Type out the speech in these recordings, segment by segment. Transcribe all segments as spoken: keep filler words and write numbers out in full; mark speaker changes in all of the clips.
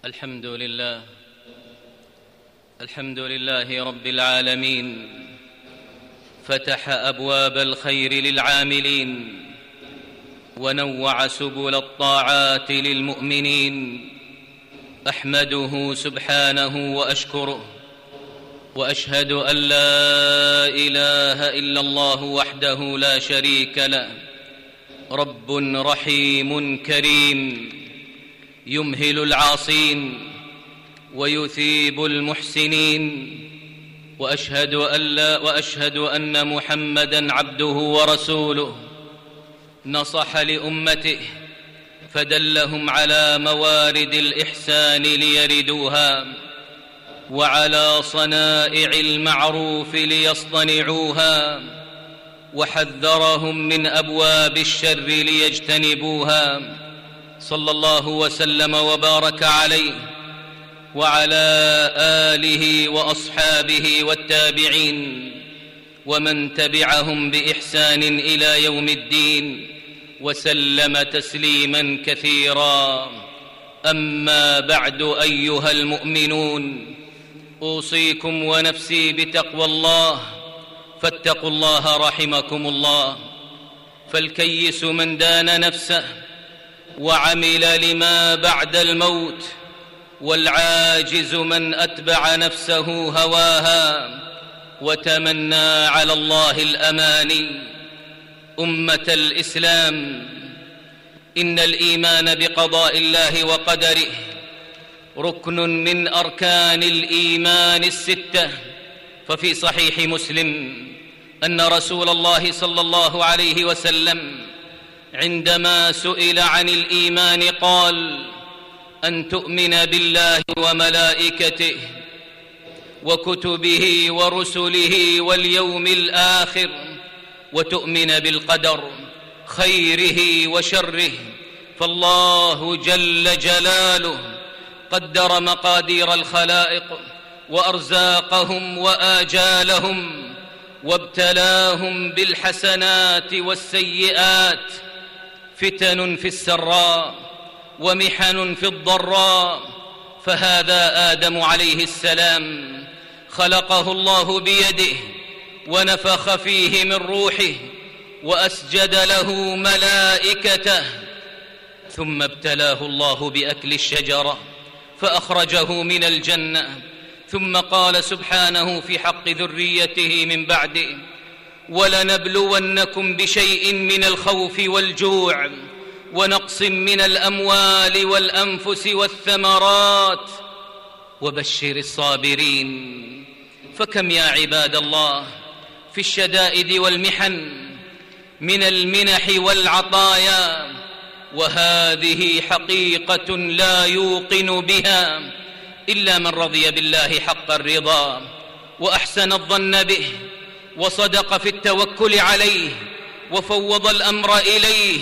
Speaker 1: الحمد لله الحمد لله رب العالمين، فتح أبواب الخير للعاملين ونوع سبل الطاعات للمؤمنين. أحمده سبحانه وأشكره، وأشهد أن لا إله إلا الله وحده لا شريك له، رب رحيم كريم يمهل العاصين ويثيب المحسنين. وأشهد أن, لا وأشهد أن محمدًا عبده ورسوله، نصح لأمته فدلهم على موارد الإحسان ليردوها، وعلى صنائع المعروف ليصطنعوها، وحذرهم من أبواب الشر ليجتنبوها، صلى الله وسلم وبارك عليه وعلى آله وأصحابه والتابعين ومن تبعهم بإحسان إلى يوم الدين، وسلم تسليما كثيرا. أما بعد، أيها المؤمنون، أوصيكم ونفسي بتقوى الله، فاتقوا الله رحمكم الله. فالكيس من دان نفسه وعمل لما بعد الموت، والعاجز من أتبع نفسه هواها وتمنى على الله الأماني. أمة الإسلام، إن الإيمان بقضاء الله وقدره ركن من أركان الإيمان الستة. ففي صحيح مسلم أن رسول الله صلى الله عليه وسلم عندما سئل عن الإيمان قال: أن تؤمن بالله وملائكته وكتبه ورسله واليوم الآخر، وتؤمن بالقدر خيره وشره. فالله جل جلاله قدر مقادير الخلائق وأرزاقهم وآجالهم، وابتلاهم بالحسنات والسيئات، فتن في السراء ومحن في الضراء. فهذا آدم عليه السلام خلقه الله بيده ونفخ فيه من روحه وأسجد له ملائكته، ثم ابتلاه الله بأكل الشجرة فأخرجه من الجنة. ثم قال سبحانه في حق ذريته من بعده: ولنبلونكم بشيء من الخوف والجوع ونقص من الأموال والأنفس والثمرات وبشر الصابرين. فكم يا عباد الله في الشدائد والمحن من المنح والعطايا، وهذه حقيقة لا يوقن بها إلا من رضي بالله حق الرضا وأحسن الظن به، وصدق في التوكل عليه، وفوض الأمر إليه،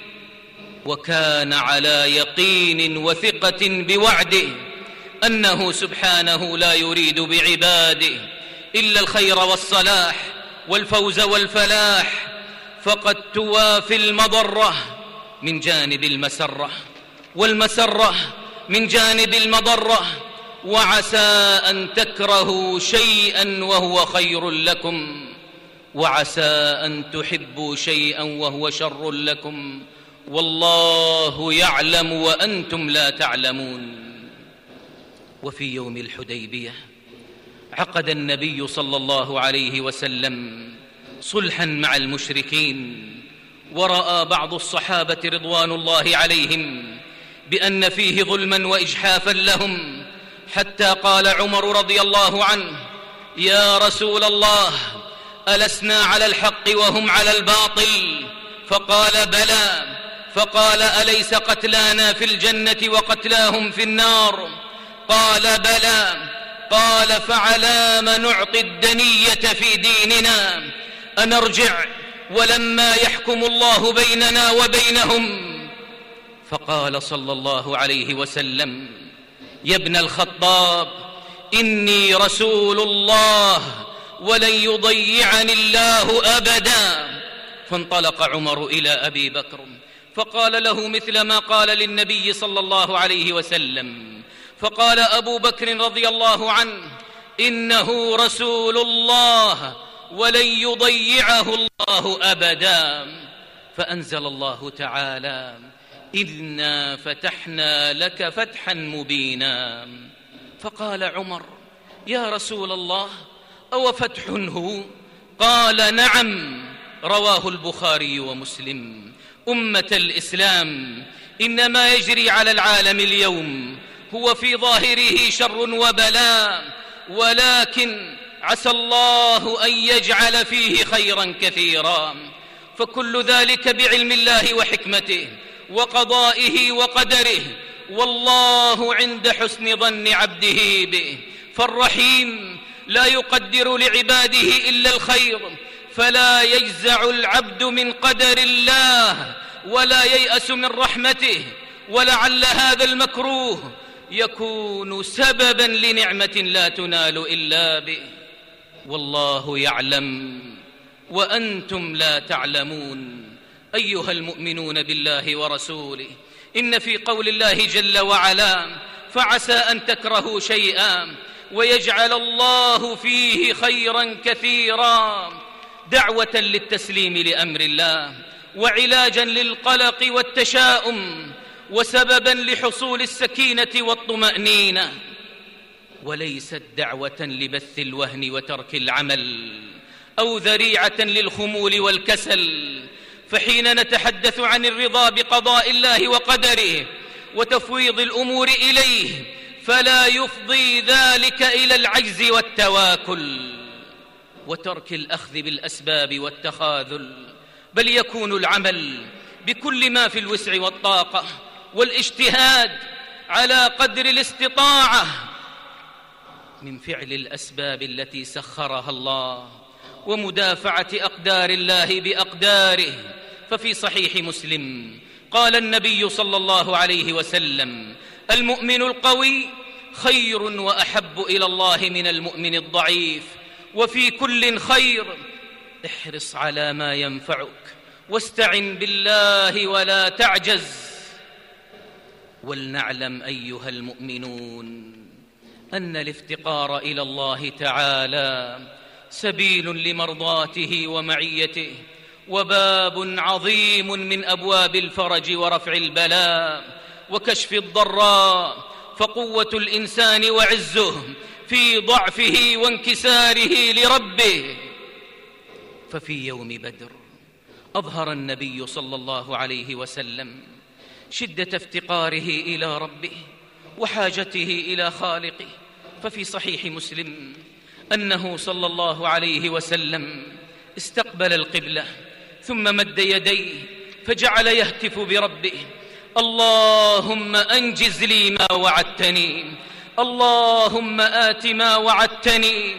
Speaker 1: وكان على يقين وثقة بوعده أنه سبحانه لا يريد بعباده إلا الخير والصلاح والفوز والفلاح. فقد توافي المضرة من جانب المسرة، والمسرة من جانب المضرة، وعسى أن تكرهوا شيئا وهو خير لكم، وعسى أن تحبوا شيئا وهو شر لكم، والله يعلم وأنتم لا تعلمون. وفي يوم الحديبية عقد النبي صلى الله عليه وسلم صلحا مع المشركين، ورأى بعض الصحابة رضوان الله عليهم بأن فيه ظلما وإجحافا لهم، حتى قال عمر رضي الله عنه: يا رسول الله، ألسنا على الحق وهم على الباطل؟ فقال: بلى. فقال: أليس قتلانا في الجنة وقتلاهم في النار؟ قال: بلى. قال: فعلام نعطي الدنية في ديننا؟ أنرجع ولما يحكم الله بيننا وبينهم؟ فقال صلى الله عليه وسلم: يا ابن الخطاب، إني رسول الله ولن يضيعني الله أبدا. فانطلق عمر إلى أبي بكر فقال له مثل ما قال للنبي صلى الله عليه وسلم، فقال أبو بكر رضي الله عنه: إنه رسول الله ولن يضيعه الله أبدا. فأنزل الله تعالى: إنا فتحنا لك فتحا مبينا. فقال عمر: يا رسول الله، أو فتح هو؟ قال: نعم. رواه البخاري ومسلم. أمة الإسلام، إن ما يجري على العالم اليوم هو في ظاهره شر وبلاء، ولكن عسى الله أن يجعل فيه خيرا كثيرا، فكل ذلك بعلم الله وحكمته وقضائه وقدره، والله عند حسن ظن عبده به. فالرحيم لا يقدر لعباده إلا الخير، فلا يجزع العبد من قدر الله ولا ييأس من رحمته، ولعل هذا المكروه يكون سببا لنعمة لا تنال إلا به، والله يعلم وأنتم لا تعلمون. أيها المؤمنون بالله ورسوله، إن في قول الله جل وعلا: فعسى أن تكرهوا شيئا ويجعل الله فيه خيرا كثيرا، دعوة للتسليم لأمر الله، وعلاجا للقلق والتشاؤم، وسببا لحصول السكينة والطمأنينة، وليست دعوة لبث الوهن وترك العمل أو ذريعة للخمول والكسل. فحين نتحدث عن الرضا بقضاء الله وقدره وتفويض الأمور إليه، فلا يفضي ذلك إلى العجز والتواكل وترك الأخذ بالأسباب والتخاذل، بل يكون العمل بكل ما في الوسع والطاقة والاجتهاد على قدر الاستطاعة من فعل الأسباب التي سخرها الله ومدافعة أقدار الله بأقداره. ففي صحيح مسلم قال النبي صلى الله عليه وسلم: المؤمن القوي خير وأحب إلى الله من المؤمن الضعيف، وفي كل خير، احرص على ما ينفعك واستعن بالله ولا تعجز. ولنعلم أيها المؤمنون أن الافتقار إلى الله تعالى سبيل لمرضاته ومعيته، وباب عظيم من أبواب الفرج ورفع البلاء وكشف الضراء. فقوة الإنسان وعزه في ضعفه وانكساره لربه. ففي يوم بدر أظهر النبي صلى الله عليه وسلم شدة افتقاره إلى ربه وحاجته إلى خالقه. ففي صحيح مسلم أنه صلى الله عليه وسلم استقبل القبلة ثم مد يديه فجعل يهتف بربه: اللهم أنجز لي ما وعدتني، اللهم آت ما وعدتني،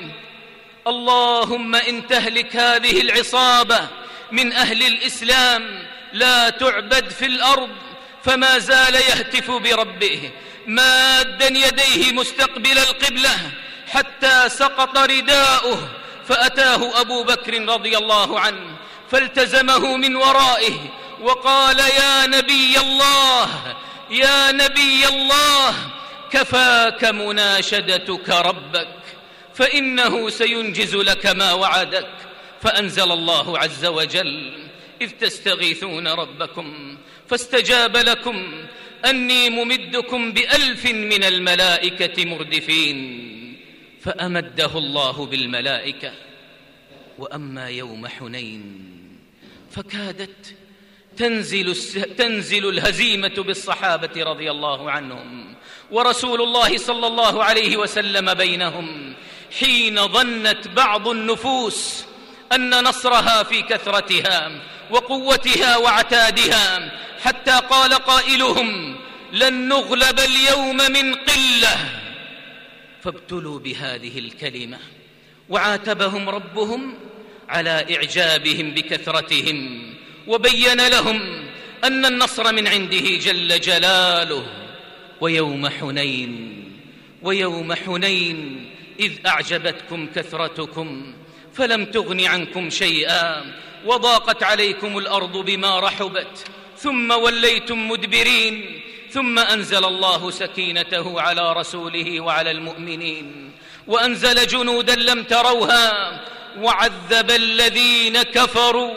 Speaker 1: اللهم إن تهلك هذه العصابة من أهل الإسلام لا تعبد في الأرض. فما زال يهتف بربه مادا يديه مستقبل القبلة حتى سقط رداؤه، فأتاه أبو بكر رضي الله عنه فالتزمه من ورائه وقال: يا نبي الله، يا نبي الله، كفاك مناشدتك ربك فإنه سينجز لك ما وعدك. فأنزل الله عز وجل: إذ تستغيثون ربكم فاستجاب لكم أني ممدكم بألف من الملائكة مردفين. فأمده الله بالملائكة. وأما يوم حنين فكادت تنزل, تنزل الهزيمة بالصحابة رضي الله عنهم، ورسول الله صلى الله عليه وسلم بينهم، حين ظنت بعض النفوس أن نصرها في كثرتها وقوتها وعتادها، حتى قال قائلهم: لن نغلب اليوم من قلة. فابتلوا بهذه الكلمة وعاتبهم ربهم على إعجابهم بكثرتهم، وبين لهم أن النصر من عنده جل جلاله. ويوم حنين ويوم حنين إذ أعجبتكم كثرتكم فلم تغن عنكم شيئا وضاقت عليكم الأرض بما رحبت ثم وليتم مدبرين، ثم أنزل الله سكينته على رسوله وعلى المؤمنين، وأنزل جنودا لم تروها، وعذب الذين كفروا،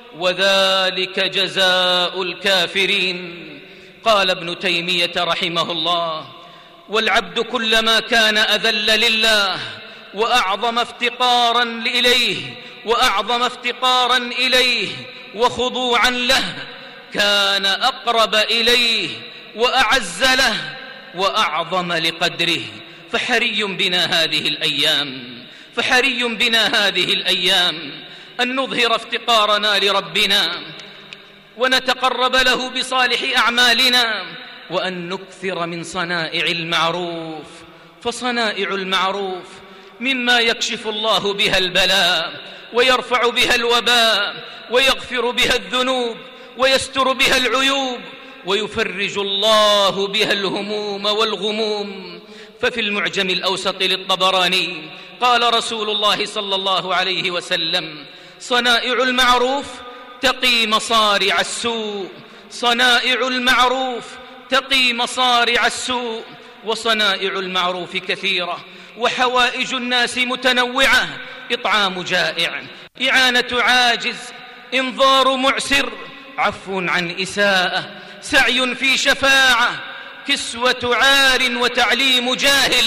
Speaker 1: وذلك جزاء الكافرين. قال ابن تيمية رحمه الله: والعبد كلما كان أذل لله وأعظم افتقارا إليه وأعظم افتقارا إليه وخضوعا له، كان أقرب إليه وأعز له وأعظم لقدره. فحري بنا هذه الأيام فحري بنا هذه الأيام أن نظهر افتقارنا لربنا ونتقرب له بصالح أعمالنا، وأن نكثر من صنائع المعروف، فصنائع المعروف مما يكشف الله بها البلاء ويرفع بها الوباء ويغفر بها الذنوب ويستر بها العيوب ويفرج الله بها الهموم والغموم. ففي المعجم الأوسط للطبراني قال رسول الله صلى الله عليه وسلم: صنائع المعروف تقي مصارع السوء، صنائع المعروف تقي مصارع السوء. وصنائع المعروف كثيرة، وحوائج الناس متنوعة: إطعام جائع، إعانة عاجز، إنظار معسر، عفو عن إساءة، سعي في شفاعة، كسوة عار، وتعليم جاهل.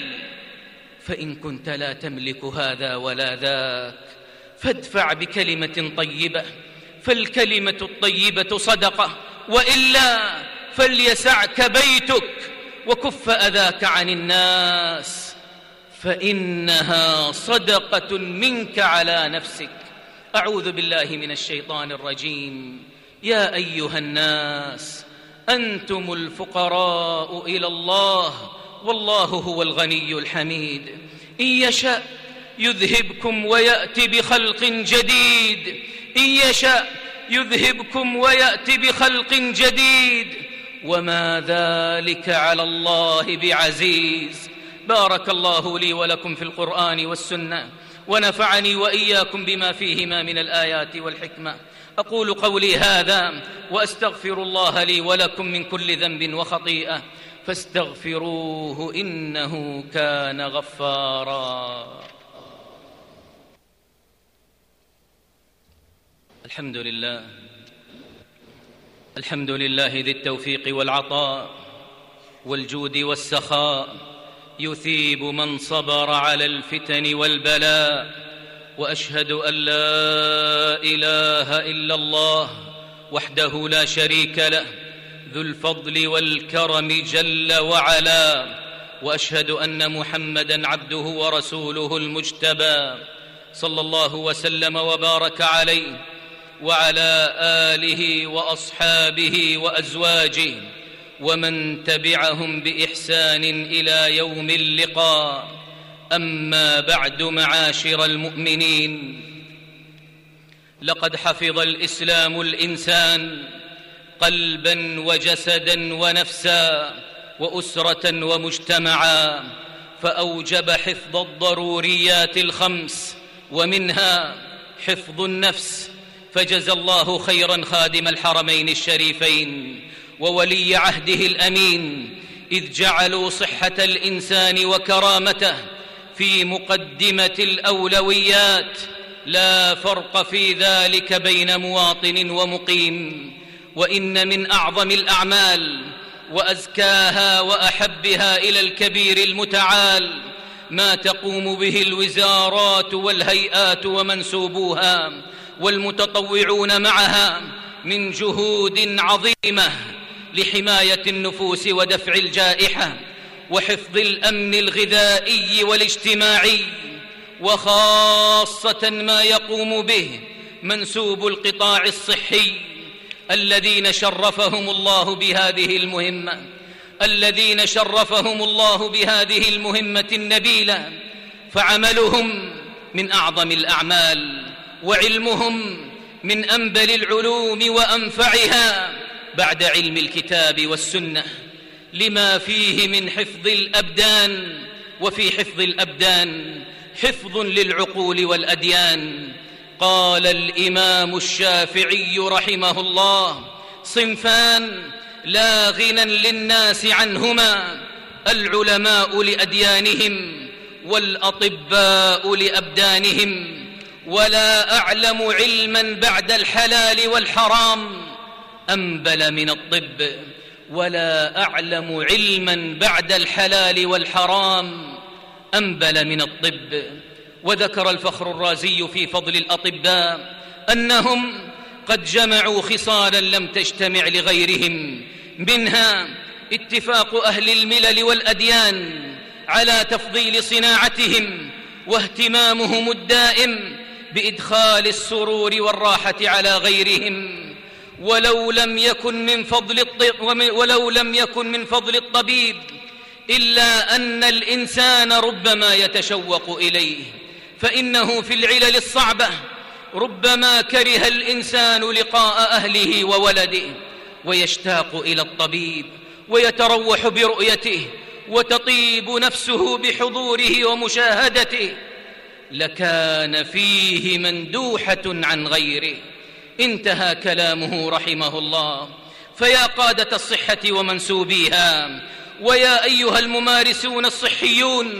Speaker 1: فإن كنت لا تملك هذا ولا ذاك فادفع بكلمة طيبة، فالكلمة الطيبة صدقة، وإلا فليسعك بيتك وكف أذاك عن الناس، فإنها صدقة منك على نفسك. أعوذ بالله من الشيطان الرجيم. يا أيها الناس أنتم الفقراء إلى الله والله هو الغني الحميد. إن يشأ يذهبكم ويأتي بخلق جديد إن يشأ يذهبكم ويأتي بخلق جديد وما ذلك على الله بعزيز. بارك الله لي ولكم في القرآن والسنة، ونفعني وإياكم بما فيهما من الآيات والحكمة. أقول قولي هذا وأستغفر الله لي ولكم من كل ذنب وخطيئة، فاستغفروه إنه كان غفارا. الحمد لله الحمد لله ذي التوفيق والعطاء والجود والسخاء، يثيب من صبر على الفتن والبلاء. وأشهد أن لا إله إلا الله وحده لا شريك له، ذو الفضل والكرم جل وعلا. وأشهد أن محمدًا عبده ورسوله المجتبى، صلى الله وسلم وبارك عليه وعلى آله وأصحابه وأزواجه ومن تبعهم بإحسان إلى يوم اللقاء. أما بعد، معاشر المؤمنين، لقد حفظ الإسلام الإنسان قلبا وجسدا ونفسا وأسرة ومجتمعا، فأوجب حفظ الضروريات الخمس، ومنها حفظ النفس. فجزى الله خيرا خادم الحرمين الشريفين وولي عهده الأمين، إذ جعلوا صحة الإنسان وكرامته في مقدمة الأولويات، لا فرق في ذلك بين مواطن ومقيم. وإن من أعظم الأعمال وأزكاها وأحبها إلى الكبير المتعال ما تقوم به الوزارات والهيئات ومنسوبوها والمتطوعون معها من جهود عظيمة لحماية النفوس ودفع الجائحة وحفظ الأمن الغذائي والاجتماعي، وخاصة ما يقوم به منسوب القطاع الصحي الذين شرفهم الله بهذه المهمة الذين شرفهم الله بهذه المهمة النبيلة. فعملهم من أعظم الأعمال، وعلمهم من أنبل العلوم وأنفعها بعد علم الكتاب والسنة، لما فيه من حفظ الأبدان. وفي حفظ الأبدان حفظ للعقول والأديان. قال الإمام الشافعي رحمه الله: صنفان لا غنى للناس عنهما، العلماء لأديانهم والأطباء لأبدانهم. ولا أعلم علما بعد الحلال والحرام أنبل من الطب، ولا أعلم علما بعد الحلال والحرام أنبل من الطب. وذكر الفخر الرازي في فضل الأطباء أنهم قد جمعوا خصالا لم تجتمع لغيرهم، منها اتفاق أهل الملل والأديان على تفضيل صناعتهم واهتمامهم الدائم بإدخال السرور والراحة على غيرهم. ولو لم يكن من فضل الطب ولو لم يكن من فضل الطبيب إلا أن الإنسان ربما يتشوق إليه، فإنه في العلل الصعبة ربما كره الإنسان لقاء أهله وولده ويشتاق إلى الطبيب ويتروح برؤيته وتطيب نفسه بحضوره ومشاهدته، لكان فيه مندوحة عن غيره. انتهى كلامه رحمه الله. فيا قادة الصحة ومنسوبيها، ويا أيها الممارسون الصحيون،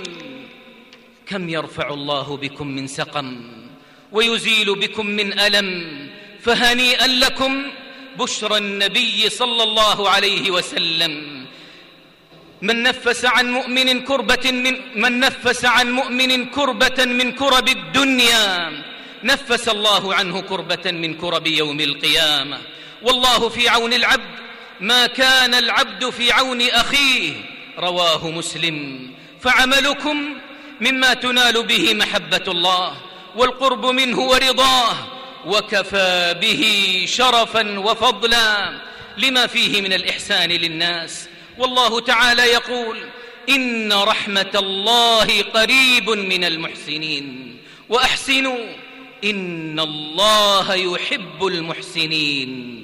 Speaker 1: كم يرفع الله بكم من سقم ويزيل بكم من ألم، فهنيئا لكم بشرى النبي صلى الله عليه وسلم. من نفس عن مؤمن كربة من من نفس عن مؤمن كربة من كرب الدنيا نفس الله عنه كربة من كرب يوم القيامة. والله في عون العبد ما كان العبد في عون أخيه، رواه مسلم. فعملكم مما تنال به محبة الله والقرب منه ورضاه، وكفى به شرفا وفضلا لما فيه من الإحسان للناس. والله تعالى يقول: إن رحمة الله قريب من المحسنين، وأحسنوا إن الله يحب المحسنين.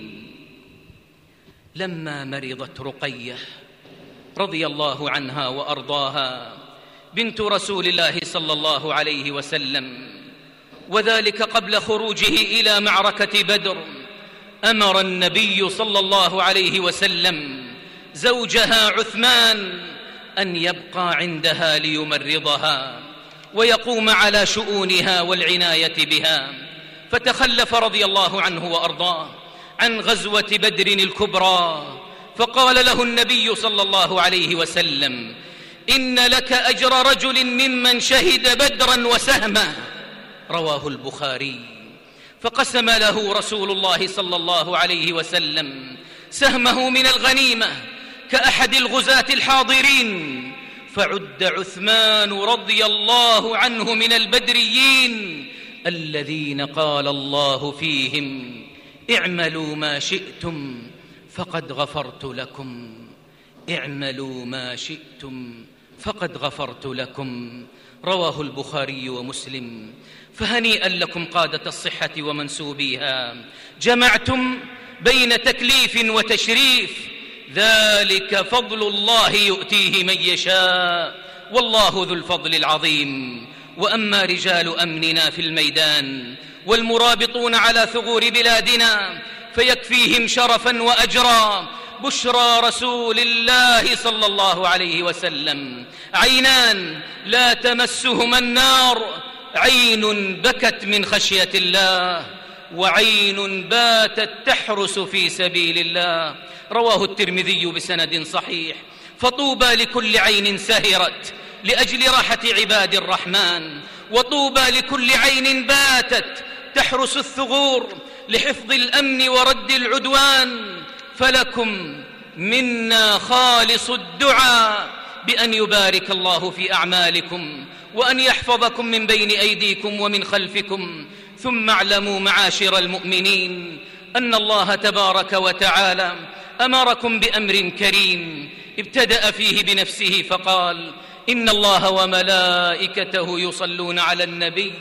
Speaker 1: لما مرضت رقية رضي الله عنها وأرضاها بنت رسول الله صلى الله عليه وسلم، وذلك قبل خروجه إلى معركة بدر، أمر النبي صلى الله عليه وسلم زوجها عثمان أن يبقى عندها ليمرضها ويقوم على شؤونها والعناية بها. فتخلف رضي الله عنه وأرضاه عن غزوة بدر الكبرى، فقال له النبي صلى الله عليه وسلم: إن لك أجر رجل ممن شهد بدرا وسهمه، رواه البخاري. فقسم له رسول الله صلى الله عليه وسلم سهمه من الغنيمة كأحد الغزاة الحاضرين، فعد عثمان رضي الله عنه من البدريين الذين قال الله فيهم: اعملوا ما شئتم فقد غفرت لكم، اعملوا ما شئتم فقد غفرت لكم، رواه البخاري ومسلم. فهنيئا لكم قادة الصحة ومنسوبيها، جمعتم بين تكليف وتشريف، ذلك فضل الله يؤتيه من يشاء، والله ذو الفضل العظيم. وأما رجال أمننا في الميدان والمرابطون على ثغور بلادنا فيكفيهم شرفا وأجرا بشرى رسول الله صلى الله عليه وسلم: عينان لا تمسهما النار، عين بكت من خشية الله، وعين باتت تحرس في سبيل الله، رواه الترمذي بسند صحيح. فطوبى لكل عين سهرت لأجل راحة عباد الرحمن، وطوبى لكل عين باتت تحرس الثغور لحفظ الأمن ورد العدوان. فلكم منا خالص الدعاء بأن يبارك الله في أعمالكم وأن يحفظكم من بين أيديكم ومن خلفكم. ثم اعلموا معاشر المؤمنين أن الله تبارك وتعالى أمركم بأمر كريم ابتدأ فيه بنفسه فقال: إن الله وملائكته يصلون على النبي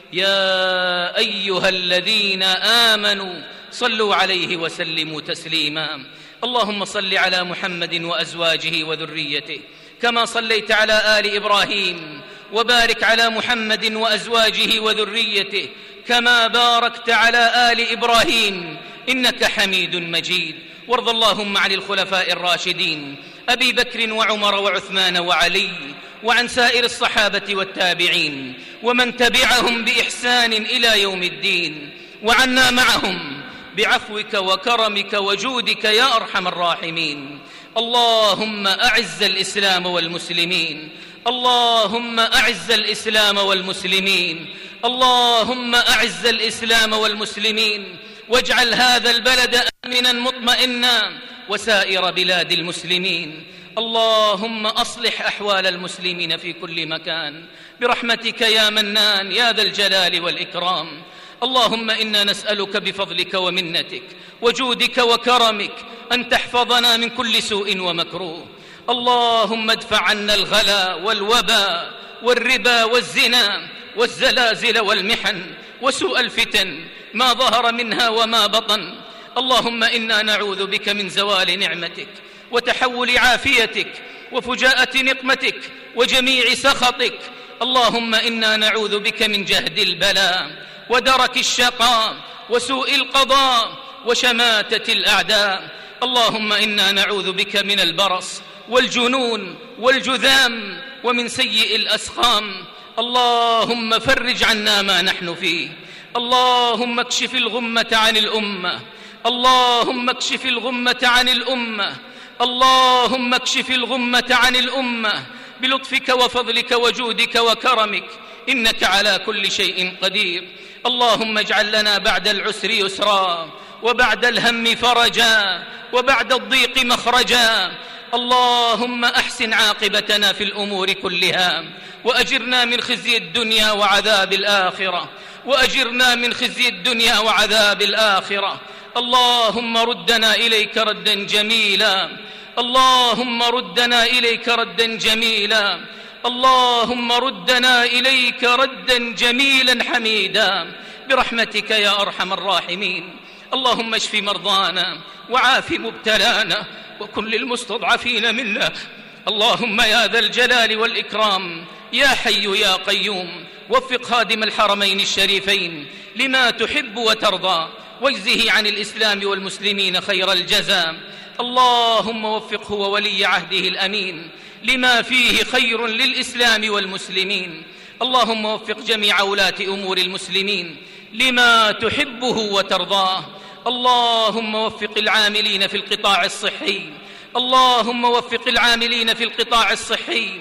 Speaker 1: يا أيها الذين آمنوا صلوا عليه وسلموا تسليما. اللهم صل على محمد وأزواجه وذريته كما صليت على آل إبراهيم، وبارك على محمد وأزواجه وذريته كما باركت على آل إبراهيم إنك حميد مجيد. وارض اللهم عن الخلفاء الراشدين أبي بكر وعمر وعثمان وعلي، وعن سائر الصحابة والتابعين ومن تبعهم بإحسان إلى يوم الدين، وعنا معهم بعفوك وكرمك وجودك يا أرحم الراحمين. اللهم أعز الإسلام والمسلمين، اللهم أعز الإسلام والمسلمين، اللهم أعز الإسلام والمسلمين، واجعل هذا البلد آمنا مطمئنا وسائر بلاد المسلمين. اللهم أصلح أحوال المسلمين في كل مكان برحمتك يا منان يا ذا الجلال والإكرام. اللهم إنا نسألك بفضلك ومنتك وجودك وكرمك أن تحفظنا من كل سوء ومكروه. اللهم ادفع عنا الغلا والوباء والربا والزنا والزلازل والمحن وسوء الفتن ما ظهر منها وما بطن. اللهم إنا نعوذ بك من زوال نعمتك وتحول عافيتك وفجاءة نقمتك وجميع سخطك. اللهم إنا نعوذ بك من جهد البلاء ودرك الشقاء وسوء القضاء وشماتة الأعداء. اللهم إنا نعوذ بك من البرص والجنون والجذام ومن سيء الأسقام. اللهم فرج عنا ما نحن فيه. اللهم اكشف الغمة عن الأمة، اللهم اكشف الغمة عن الأمة، اللهم اكشف الغمة عن الأمة بلطفك وفضلك وجودك وكرمك، إنك على كل شيء قدير. اللهم اجعل لنا بعد العسر يسرا وبعد الهم فرجا وبعد الضيق مخرجا. اللهم أحسن عاقبتنا في الأمور كلها وأجرنا من خزي الدنيا وعذاب الآخرة، وأجرنا من خزي الدنيا وعذاب الآخرة. اللهم ردنا إليك ردا جميلا، اللهم ردنا إليك ردا جميلا، اللهم ردنا إليك ردا جميلا حميدا برحمتك يا أرحم الراحمين. اللهم اشف مرضانا وعاف مبتلانا وكن للمستضعفين منا. اللهم يا ذا الجلال والإكرام يا حي يا قيوم وفق خادم الحرمين الشريفين لما تحب وترضى، واجزه عن الإسلام والمسلمين خير الجزاء. اللهم وفقه وولي عهده الأمين لما فيه خير للإسلام والمسلمين. اللهم وفق جميع ولاة أمور المسلمين لما تحبه وترضاه. اللهم وفق العاملين في القطاع الصحي، اللهم وفق العاملين في القطاع الصحي،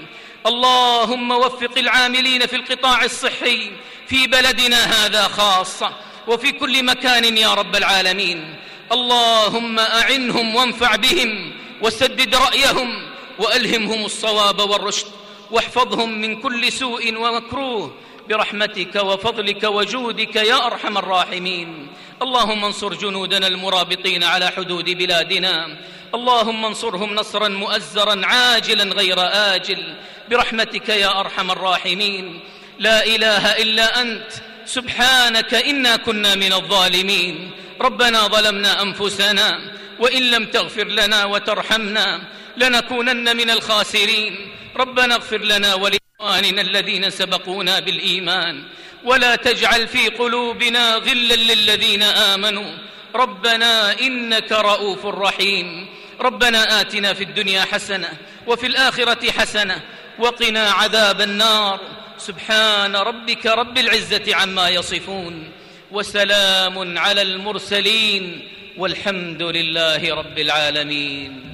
Speaker 1: اللهم وفق العاملين في القطاع الصحي في بلدنا هذا خاصة وفي كل مكان يا رب العالمين. اللهم أعنهم وانفع بهم وسدد رأيهم وألهمهم الصواب والرشد، واحفظهم من كل سوء ومكروه برحمتك وفضلك وجودك يا أرحم الراحمين. اللهم انصر جنودنا المرابطين على حدود بلادنا، اللهم انصرهم نصرا مؤزرا عاجلا غير آجل برحمتك يا أرحم الراحمين. لا إله إلا أنت سبحانك إنا كنا من الظالمين. ربنا ظلمنا أنفسنا وإن لم تغفر لنا وترحمنا لنكونن من الخاسرين. ربنا اغفر لنا ولإخواننا الذين سبقونا بالإيمان ولا تجعل في قلوبنا غلا للذين آمنوا ربنا إنك رؤوف رحيم. ربنا آتنا في الدنيا حسنة وفي الآخرة حسنة وقنا عذاب النار. سبحان ربك رب العزة عما يصفون وسلام على المرسلين والحمد لله رب العالمين.